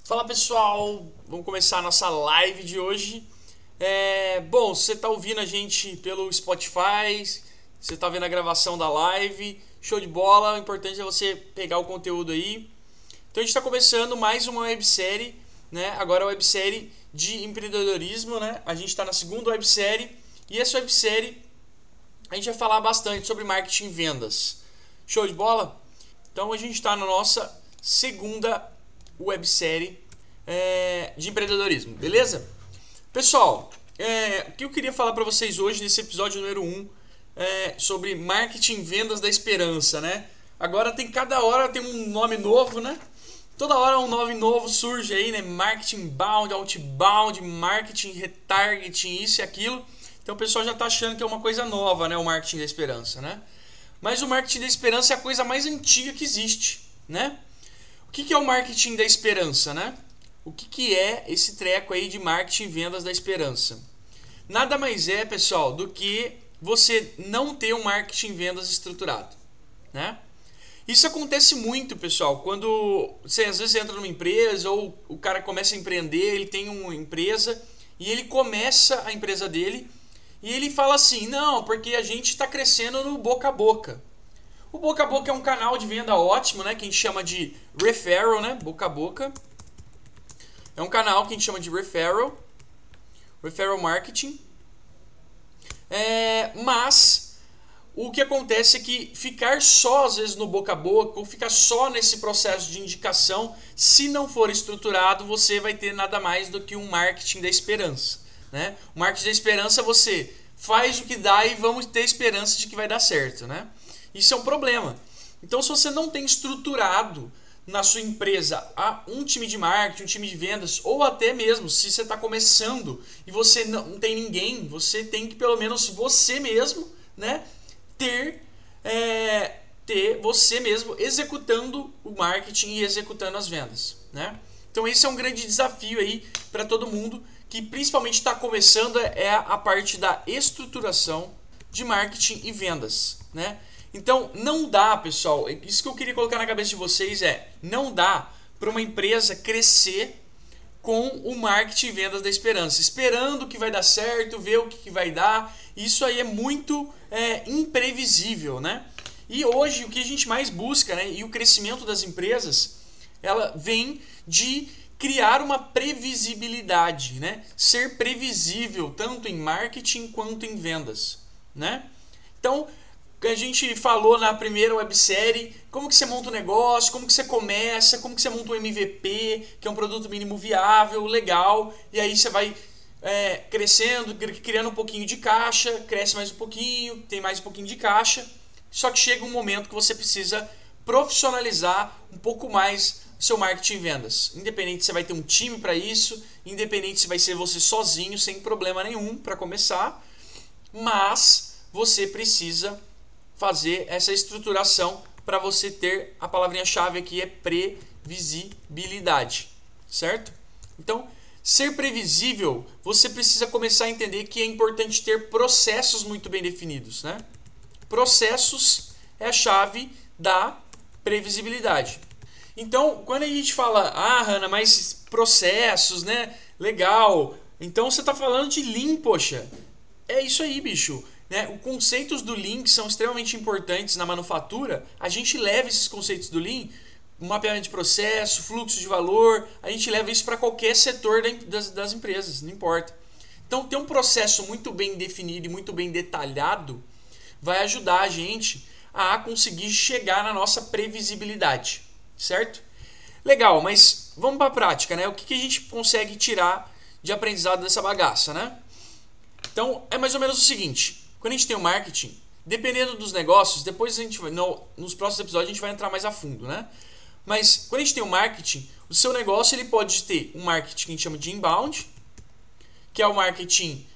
Fala pessoal, vamos começar a nossa live de hoje. Bom, você está ouvindo a gente pelo Spotify, você está vendo a gravação da live, show de bola. O importante é você pegar o conteúdo aí. Então a gente está começando mais uma websérie, né? Agora a websérie de empreendedorismo, né? A gente está na segunda websérie e essa websérie a gente vai falar bastante sobre marketing e vendas. Show de bola? Então a gente está na nossa segunda websérie de empreendedorismo, beleza? Pessoal, o que eu queria falar para vocês hoje nesse episódio número 1 sobre marketing e vendas da esperança, né? Agora cada hora tem um nome novo, né? Toda hora um nome novo surge aí, né? Marketing inbound, outbound, marketing retargeting, isso e aquilo. Então o pessoal já está achando que é uma coisa nova, né? O marketing da esperança, né? Mas o marketing da esperança é a coisa mais antiga que existe, né? O que é o marketing da esperança, né? O que é esse treco aí de marketing e vendas da esperança? Nada mais é, pessoal, do que você não ter um marketing e vendas estruturado, né? Isso acontece muito, pessoal, quando você às vezes entra numa empresa ou o cara começa a empreender, ele tem uma empresa e ele começa a empresa dele e ele fala assim, não, porque a gente está crescendo no boca a boca. O boca a boca é um canal de venda ótimo, né, que a gente chama de referral, né, boca a boca. É um canal que a gente chama de referral marketing. Mas o que acontece é que ficar só às vezes no boca a boca ou ficar só nesse processo de indicação, se não for estruturado, você vai ter nada mais do que um marketing da esperança, né? O marketing da esperança, você faz o que dá e vamos ter esperança de que vai dar certo, né? Isso é um problema. Então, se você não tem estruturado na sua empresa um time de marketing, um time de vendas, ou até mesmo se você está começando e você não tem ninguém, você tem que pelo menos você mesmo, né, ter você mesmo executando o marketing e executando as vendas, né? Então esse é um grande desafio aí para todo mundo que principalmente está começando, é a parte da estruturação de marketing e vendas, né? Então não dá, pessoal, isso que eu queria colocar na cabeça de vocês não dá para uma empresa crescer com o marketing e vendas da esperança, esperando que vai dar certo, ver o que vai dar. Isso aí é muito imprevisível, né? E hoje o que a gente mais busca, né, e o crescimento das empresas, ela vem de criar uma previsibilidade, né? Ser previsível tanto em marketing quanto em vendas, né? Então a gente falou na primeira websérie como que você monta um negócio, como que você começa, como que você monta um MVP, que é um produto mínimo viável, legal, e aí você vai crescendo, criando um pouquinho de caixa, cresce mais um pouquinho, tem mais um pouquinho de caixa, só que chega um momento que você precisa profissionalizar um pouco mais seu marketing e vendas. Independente se você vai ter um time para isso, independente se vai ser você sozinho, sem problema nenhum para começar, mas você precisa fazer essa estruturação para você ter, a palavrinha-chave aqui é previsibilidade, certo? Então, ser previsível, você precisa começar a entender que é importante ter processos muito bem definidos, né? Processos é a chave da previsibilidade. Então, quando a gente fala, Hanna, mas processos, né? Legal. Então, você está falando de Lean, poxa. É isso aí, bicho. Né? Os conceitos do Lean que são extremamente importantes na manufatura, a gente leva esses conceitos do Lean, mapeamento de processo, fluxo de valor, a gente leva isso para qualquer setor das empresas, não importa. Então, ter um processo muito bem definido e muito bem detalhado vai ajudar a gente a conseguir chegar na nossa previsibilidade, certo? Legal, mas vamos para a prática, né? O que a gente consegue tirar de aprendizado dessa bagaça, né? Então, é mais ou menos o seguinte. Quando a gente tem o marketing, dependendo dos negócios, depois a gente nos próximos episódios a gente vai entrar mais a fundo, né? Mas quando a gente tem o marketing, o seu negócio ele pode ter um marketing que a gente chama de inbound, que é o marketing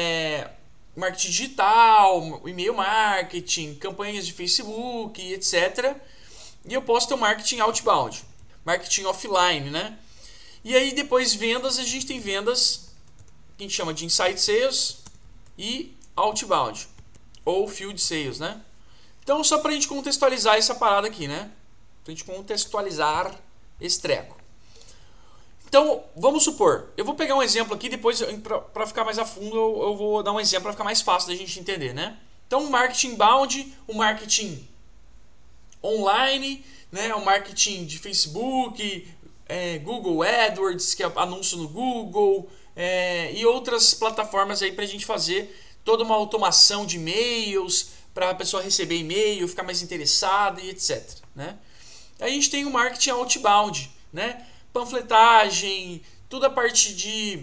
digital, e-mail marketing, campanhas de Facebook, etc. E eu posso ter o marketing outbound, marketing offline, né? E aí depois vendas, a gente tem vendas que a gente chama de inside sales e outbound, ou field sales, né? Então, só para a gente contextualizar essa parada aqui, né? Pra gente contextualizar esse treco. Então, vamos supor, eu vou pegar um exemplo aqui, depois para ficar mais a fundo eu vou dar um exemplo para ficar mais fácil da gente entender, né? Então, o marketing inbound, o marketing online, né? O marketing de Facebook, Google AdWords, que é anúncio no Google, e outras plataformas aí para a gente fazer toda uma automação de e-mails, para a pessoa receber e-mail, ficar mais interessada e etc, né? Aí a gente tem o marketing outbound, né? Panfletagem, toda a parte de...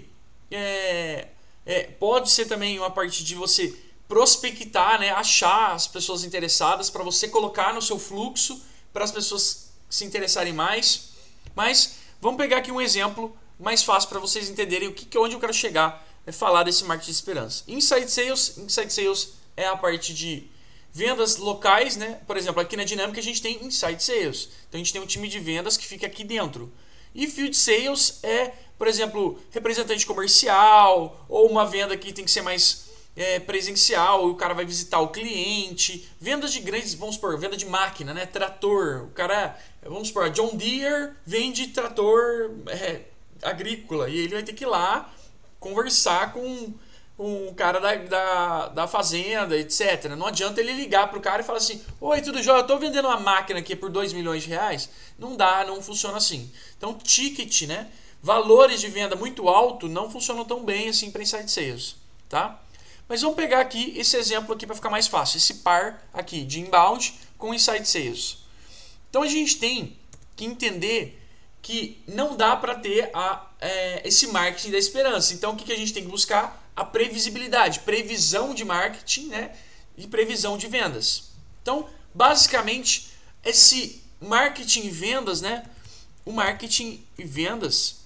pode ser também uma parte de você prospectar, né? Achar as pessoas interessadas para você colocar no seu fluxo para as pessoas se interessarem mais. Mas vamos pegar aqui um exemplo mais fácil para vocês entenderem onde eu quero chegar, falar desse marketing de esperança. Inside Sales é a parte de vendas locais, né? Por exemplo, aqui na Dinâmica a gente tem Inside Sales. Então a gente tem um time de vendas que fica aqui dentro. E Field Sales é, por exemplo, representante comercial, ou uma venda que tem que ser mais presencial, o cara vai visitar o cliente. Vendas de grandes, vamos supor, venda de máquina, né? Trator. O cara, vamos supor, a John Deere vende trator agrícola e ele vai ter que ir lá conversar com um cara da fazenda, etc. Não adianta ele ligar pro cara e falar assim: oi, tudo jóia, eu tô vendendo uma máquina aqui por 2 milhões de reais. Não dá, não funciona assim. Então, ticket, né? Valores de venda muito alto não funcionam tão bem assim para Inside Sales, tá? Mas vamos pegar aqui esse exemplo aqui para ficar mais fácil. Esse par aqui de inbound com Inside Sales. Então, a gente tem que entender que não dá para ter esse marketing da esperança. Então, o que a gente tem que buscar? A previsibilidade, previsão de marketing, né, e previsão de vendas. Então, basicamente, esse marketing e vendas, né, o marketing e vendas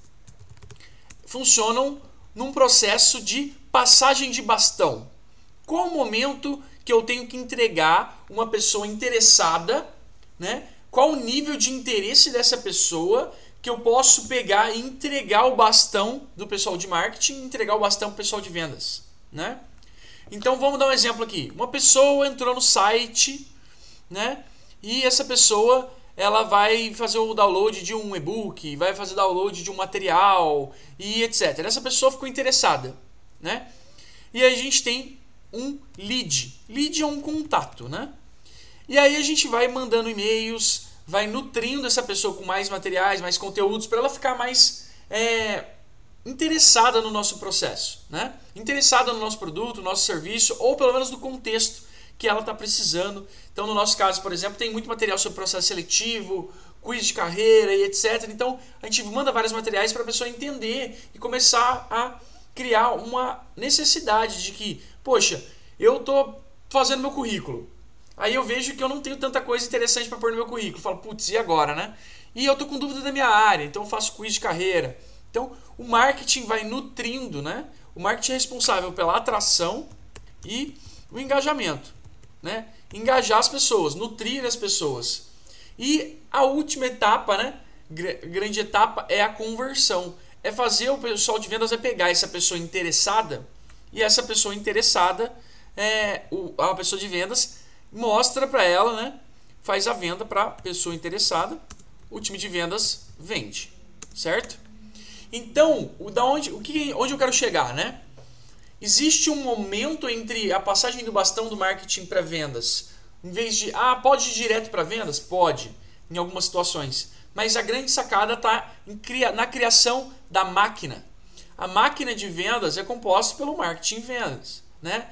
funcionam num processo de passagem de bastão. Qual o momento que eu tenho que entregar uma pessoa interessada, né? Qual o nível de interesse dessa pessoa que eu posso pegar e entregar o bastão do pessoal de marketing e entregar o bastão para o pessoal de vendas, né? Então vamos dar um exemplo aqui. Uma pessoa entrou no site, né? E essa pessoa ela vai fazer o download de um e-book, vai fazer download de um material e etc. Essa pessoa ficou interessada, né? E aí a gente tem um lead. Lead é um contato, né? E aí a gente vai mandando e-mails, vai nutrindo essa pessoa com mais materiais, mais conteúdos, para ela ficar mais interessada no nosso processo, né? Interessada no nosso produto, no nosso serviço, ou pelo menos no contexto que ela está precisando. Então, no nosso caso, por exemplo, tem muito material sobre processo seletivo, quiz de carreira e etc. Então, a gente manda vários materiais para a pessoa entender e começar a criar uma necessidade de que, poxa, eu estou fazendo meu currículo. Aí eu vejo que eu não tenho tanta coisa interessante para pôr no meu currículo. Eu falo, putz, e agora, né? E eu tô com dúvida da minha área, então eu faço quiz de carreira. Então, o marketing vai nutrindo, né? O marketing é responsável pela atração e o engajamento, né? Engajar as pessoas, nutrir as pessoas. E a última etapa, né? Grande etapa é a conversão. É fazer o pessoal de vendas pegar essa pessoa interessada e essa pessoa interessada, a pessoa de vendas mostra para ela, né? Faz a venda para a pessoa interessada, o time de vendas vende, certo? Então, onde eu quero chegar, né? Existe um momento entre a passagem do bastão do marketing para vendas. Em vez de, pode ir direto para vendas? Pode, em algumas situações. Mas a grande sacada está na criação da máquina. A máquina de vendas é composta pelo marketing e vendas, né?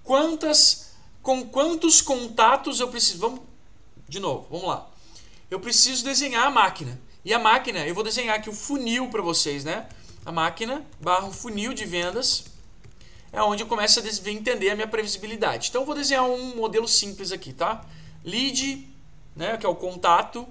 Com quantos contatos eu preciso? Vamos lá. Eu preciso desenhar a máquina. E a máquina, eu vou desenhar aqui o funil para vocês, né? A máquina / funil de vendas é onde eu começo a entender a minha previsibilidade. Então eu vou desenhar um modelo simples aqui, tá? Lead, né, que é o contato,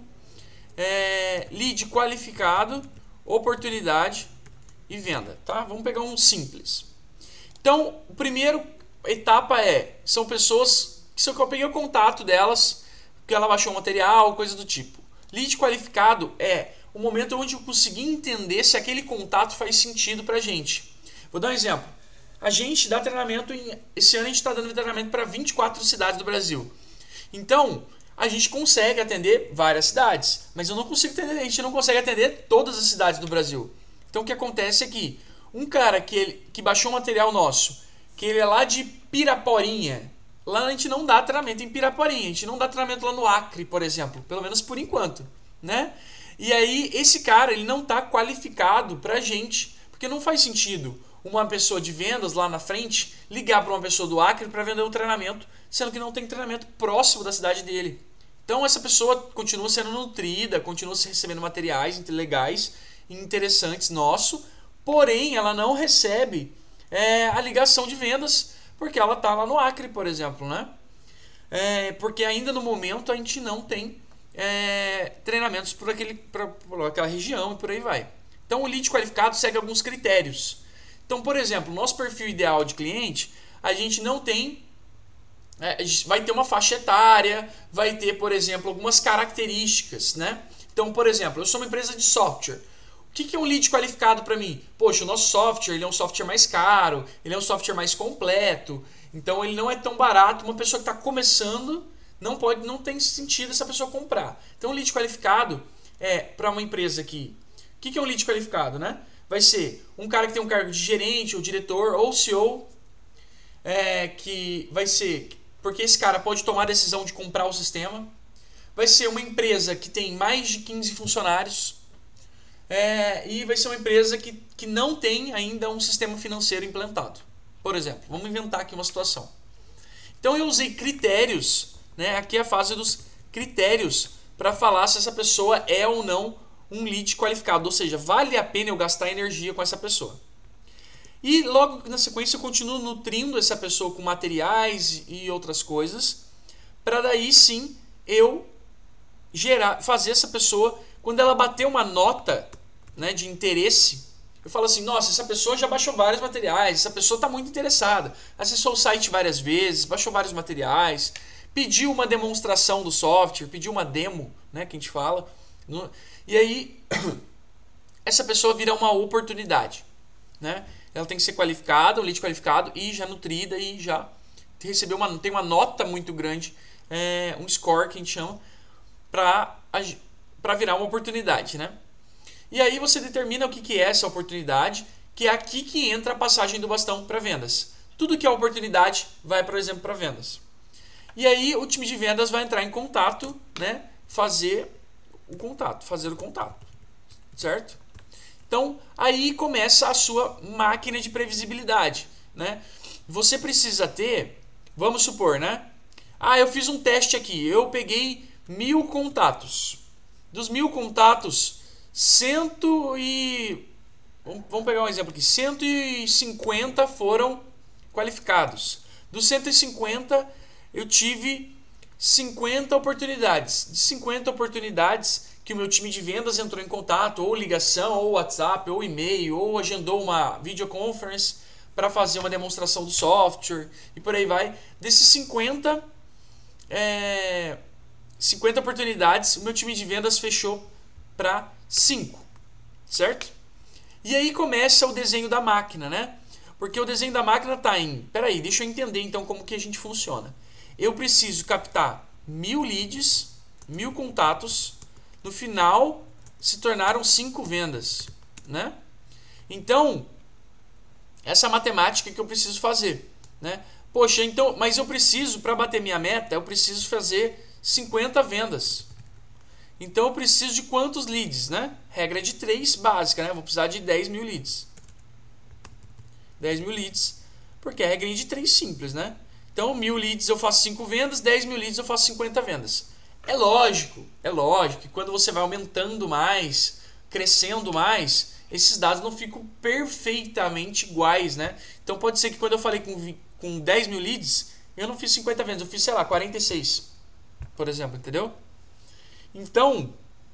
lead qualificado, oportunidade e venda, tá? Vamos pegar um simples. Então, o primeiro etapa são pessoas que eu peguei o contato delas, que ela baixou um material, coisa do tipo. Lead qualificado é o momento onde eu consegui entender se aquele contato faz sentido pra gente. Vou dar um exemplo. A gente dá treinamento, esse ano a gente está dando treinamento para 24 cidades do Brasil. Então, a gente consegue atender várias cidades, mas eu não consigo atender, a gente não consegue atender todas as cidades do Brasil. Então o que acontece é que um cara que baixou um material nosso, que ele é lá de Piraporinha, lá a gente não dá treinamento em Piraporinha, a gente não dá treinamento lá no Acre, por exemplo, pelo menos por enquanto, né? E aí esse cara, ele não está qualificado pra gente, porque não faz sentido uma pessoa de vendas lá na frente ligar para uma pessoa do Acre para vender um treinamento, sendo que não tem treinamento próximo da cidade dele. Então essa pessoa continua sendo nutrida, continua recebendo materiais legais e interessantes nosso, porém ela não recebe a ligação de vendas porque ela está lá no Acre, por exemplo, né? Porque ainda no momento a gente não tem treinamentos por aquela região e por aí vai. Então o lead qualificado segue alguns critérios. Então, por exemplo, nosso perfil ideal de cliente, a gente não tem, vai ter uma faixa etária, vai ter, por exemplo, algumas características, né? Então, por exemplo, eu sou uma empresa de software. O que é um lead qualificado para mim? Poxa, o nosso software ele é um software mais caro, ele é um software mais completo, então ele não é tão barato. Uma pessoa que está começando não tem sentido essa pessoa comprar. Então, o lead qualificado para uma empresa que... O que é um lead qualificado, né? Vai ser um cara que tem um cargo de gerente, ou diretor, ou CEO, que vai ser... Porque esse cara pode tomar a decisão de comprar o sistema. Vai ser uma empresa que tem mais de 15 funcionários. E vai ser uma empresa que não tem ainda um sistema financeiro implantado. Por exemplo, vamos inventar aqui uma situação. Então eu usei critérios, né? Aqui é a fase dos critérios, para falar se essa pessoa é ou não um lead qualificado, ou seja, vale a pena eu gastar energia com essa pessoa. E logo na sequência eu continuo nutrindo essa pessoa com materiais e outras coisas, para daí sim eu fazer essa pessoa, quando ela bater uma nota, né, de interesse, eu falo assim, nossa, essa pessoa já baixou vários materiais, essa pessoa está muito interessada, acessou o site várias vezes, baixou vários materiais, pediu uma demonstração do software, pediu uma demo, né, que a gente fala, e aí essa pessoa vira uma oportunidade, né? Ela tem que ser qualificada, um lead qualificado e já nutrida e já tem uma nota muito grande, um score que a gente chama, para virar uma oportunidade, né? E aí você determina o que é essa oportunidade, que é aqui que entra a passagem do bastão para vendas. Tudo que é oportunidade vai, por exemplo, para vendas. E aí o time de vendas vai entrar em contato, né? Fazer o contato, certo? Então, aí começa a sua máquina de previsibilidade, né? Você precisa ter, vamos supor, né? Eu fiz um teste aqui, eu peguei 1000 contatos. Dos 1000 contatos, vamos pegar um exemplo aqui, 150 foram qualificados. Dos 150, eu tive 50 oportunidades. De 50 oportunidades que o meu time de vendas entrou em contato, ou ligação, ou WhatsApp, ou e-mail, ou agendou uma videoconference para fazer uma demonstração do software e por aí vai. Desses 50 oportunidades, o meu time de vendas fechou para 5, certo? E aí começa o desenho da máquina, né? Porque o desenho da máquina está peraí, deixa eu entender então como que a gente funciona. Eu preciso captar 1000 leads, 1000 contatos, no final se tornaram 5 vendas, né? Então, essa matemática que eu preciso fazer, né? Poxa, então, mas eu preciso, para bater minha meta, eu preciso fazer 50 vendas. Então eu preciso de quantos leads, né? Regra de 3 básica, né? Eu vou precisar de 10.000 leads. 10.000 leads, porque é a regrinha de 3 simples, né? Então 1000 leads eu faço 5 vendas, 10.000 leads eu faço 50 vendas. É lógico que quando você vai aumentando mais, crescendo mais, esses dados não ficam perfeitamente iguais, né? Então pode ser que quando eu falei com 10.000 leads, eu não fiz 50 vendas, eu fiz, sei lá, 46, por exemplo, entendeu? Então,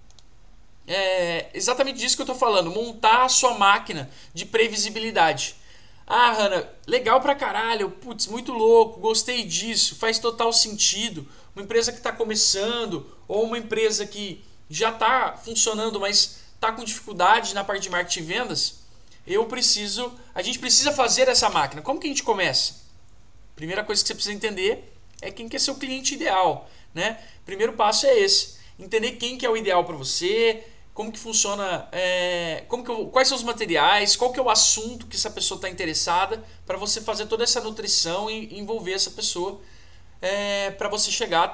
é exatamente disso que eu estou falando, montar a sua máquina de previsibilidade. Hanna, legal pra caralho, putz, muito louco, gostei disso, faz total sentido. Uma empresa que está começando, ou uma empresa que já está funcionando, mas está com dificuldade na parte de marketing e vendas, a gente precisa fazer essa máquina. Como que a gente começa? Primeira coisa que você precisa entender é quem que é seu cliente ideal. né? Primeiro passo é esse, entender quem que é o ideal para você, como que funciona, quais são os materiais, qual que é o assunto que essa pessoa está interessada, para você fazer toda essa nutrição e envolver essa pessoa para você chegar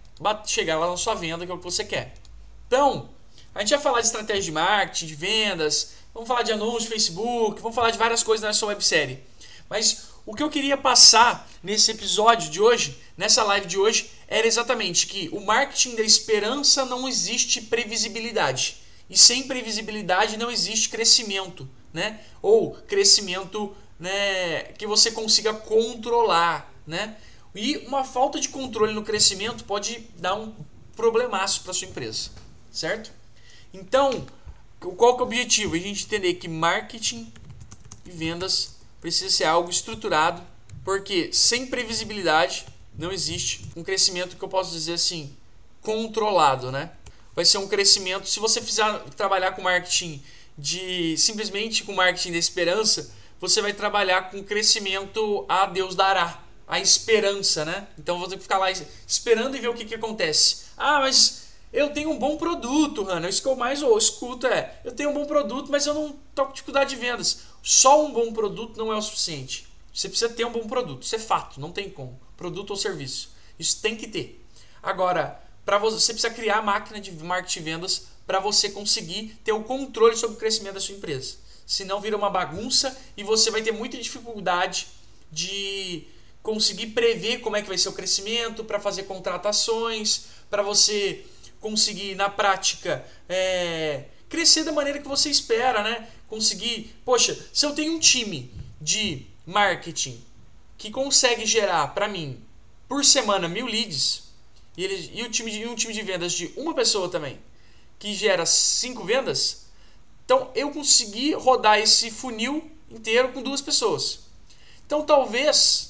lá na sua venda, que é o que você quer. Então, a gente vai falar de estratégia de marketing, de vendas, vamos falar de anúncio de Facebook, vamos falar de várias coisas nessa websérie. Mas o que eu queria passar nesse episódio de hoje, nessa live de hoje, era exatamente que o marketing da esperança não existe previsibilidade. E sem previsibilidade não existe crescimento, né? Ou crescimento, né, que você consiga controlar, né? E uma falta de controle no crescimento pode dar um problemaço para sua empresa, certo? Então, qual que é o objetivo? A gente entender que marketing e vendas precisa ser algo estruturado, porque sem previsibilidade não existe um crescimento que eu posso dizer assim, controlado, né? Vai ser um crescimento, se você fizer trabalhar com marketing simplesmente com marketing da esperança, você vai trabalhar com crescimento a Deus dará, a esperança, né? Então você ficar lá esperando e ver o que acontece. Ah, mas eu tenho um bom produto, Hannah. Isso que eu mais escuto eu tenho um bom produto, mas eu não estou com dificuldade de vendas. Só um bom produto não é o suficiente. Você precisa ter um bom produto, isso é fato, não tem como. Produto ou serviço, isso tem que ter. Agora, você precisa criar a máquina de marketing e vendas para você conseguir ter o controle sobre o crescimento da sua empresa. Senão vira uma bagunça e você vai ter muita dificuldade de conseguir prever como é que vai ser o crescimento, para fazer contratações, para você conseguir, na prática, crescer da maneira que você espera, né? Conseguir, poxa, se eu tenho um time de marketing que consegue gerar para mim por semana 1000 leads e um time de vendas de uma pessoa também que gera 5 vendas, então eu consegui rodar esse funil inteiro com 2 pessoas. Então talvez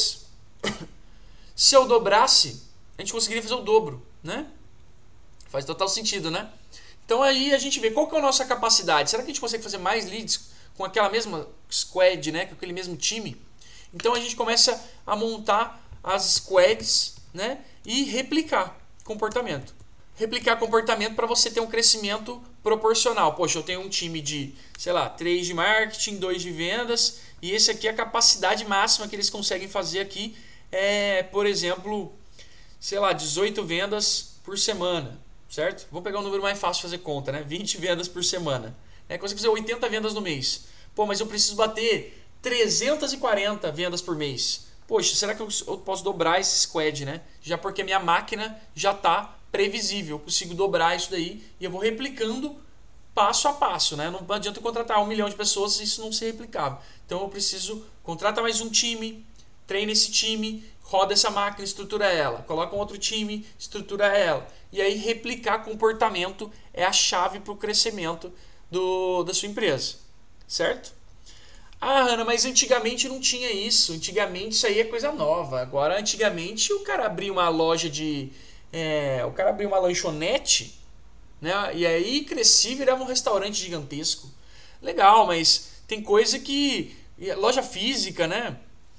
se eu dobrasse, a gente conseguiria fazer o dobro, né? Faz total sentido, né? Então aí a gente vê qual que é a nossa capacidade. Será que a gente consegue fazer mais leads com aquela mesma squad, né? Com aquele mesmo time? Então a gente começa a montar as squads, né? E replicar comportamento. Replicar comportamento para você ter um crescimento proporcional. Poxa, eu tenho um time de, 3 de marketing, 2 de vendas, e esse aqui é a capacidade máxima que eles conseguem fazer aqui por exemplo, 18 vendas por semana, certo? Vou pegar um número mais fácil de fazer conta, né? 20 vendas por semana. Consigo fazer 80 vendas no mês. Pô, mas eu preciso bater 340 vendas por mês. Poxa, será que eu posso dobrar esse squad, né? Já porque a minha máquina já está previsível. Eu consigo dobrar isso daí e eu vou replicando passo a passo, né? Não adianta eu contratar 1 milhão de pessoas se isso não ser replicável. Então eu preciso contratar mais um time, treina esse time, roda essa máquina, estrutura ela, coloca um outro time, estrutura ela. E aí replicar comportamento é a chave para o crescimento da sua empresa, certo? Ah, Hannah, mas antigamente não tinha isso. Antigamente isso aí é coisa nova. Agora, antigamente, o cara abria uma loja o cara abria uma lanchonete, né? E aí crescia e virava um restaurante gigantesco. Legal, mas tem coisa que... Loja física, né?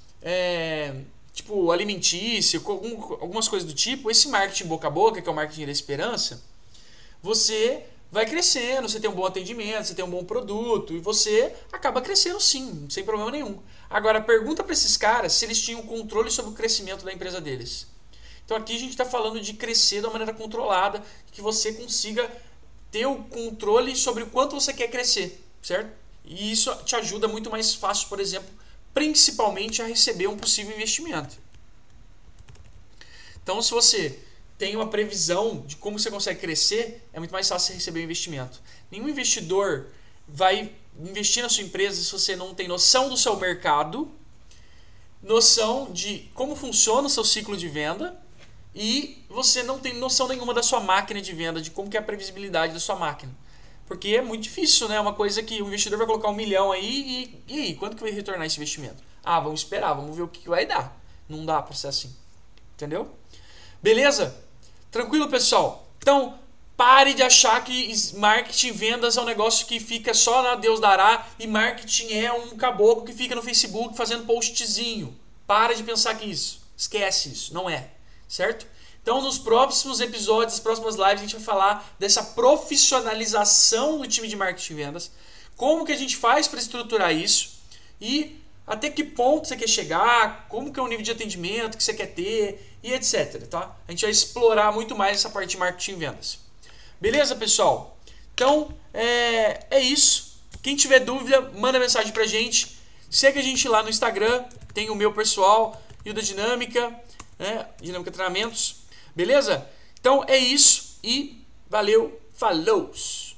Tipo alimentício, algumas coisas do tipo. Esse marketing boca a boca, que é o marketing da esperança, você vai crescendo, você tem um bom atendimento, você tem um bom produto e você acaba crescendo sim, sem problema nenhum. Agora, pergunta para esses caras se eles tinham controle sobre o crescimento da empresa deles. Então aqui a gente está falando de crescer de uma maneira controlada, que você consiga ter o controle sobre o quanto você quer crescer, certo? E isso te ajuda muito mais fácil, por exemplo, principalmente a receber um possível investimento. Então, se você tem uma previsão de como você consegue crescer, é muito mais fácil você receber um investimento. Nenhum investidor vai investir na sua empresa se você não tem noção do seu mercado, noção de como funciona o seu ciclo de venda e você não tem noção nenhuma da sua máquina de venda, de como que é a previsibilidade da sua máquina. Porque é muito difícil, né? É uma coisa que o investidor vai colocar 1 milhão aí e aí, quando que vai retornar esse investimento? Ah, vamos esperar, vamos ver o que vai dar. Não dá para ser assim. Entendeu? Beleza? Tranquilo, pessoal? Então, pare de achar que marketing e vendas é um negócio que fica só na Deus dará e marketing é um caboclo que fica no Facebook fazendo postzinho. Para de pensar que isso. Esquece isso. Não é. Certo? Então, nos próximos episódios, nas próximas lives, a gente vai falar dessa profissionalização do time de marketing e vendas, como que a gente faz para estruturar isso e até que ponto você quer chegar, como que é o nível de atendimento que você quer ter e etc. Tá? A gente vai explorar muito mais essa parte de marketing e vendas. Beleza, pessoal? Então, é isso. Quem tiver dúvida, manda mensagem pra gente. Segue a gente lá no Instagram, tem o meu pessoal e o da Dinâmica, né? Dinâmica Treinamentos. Beleza? Então é isso e valeu, falou!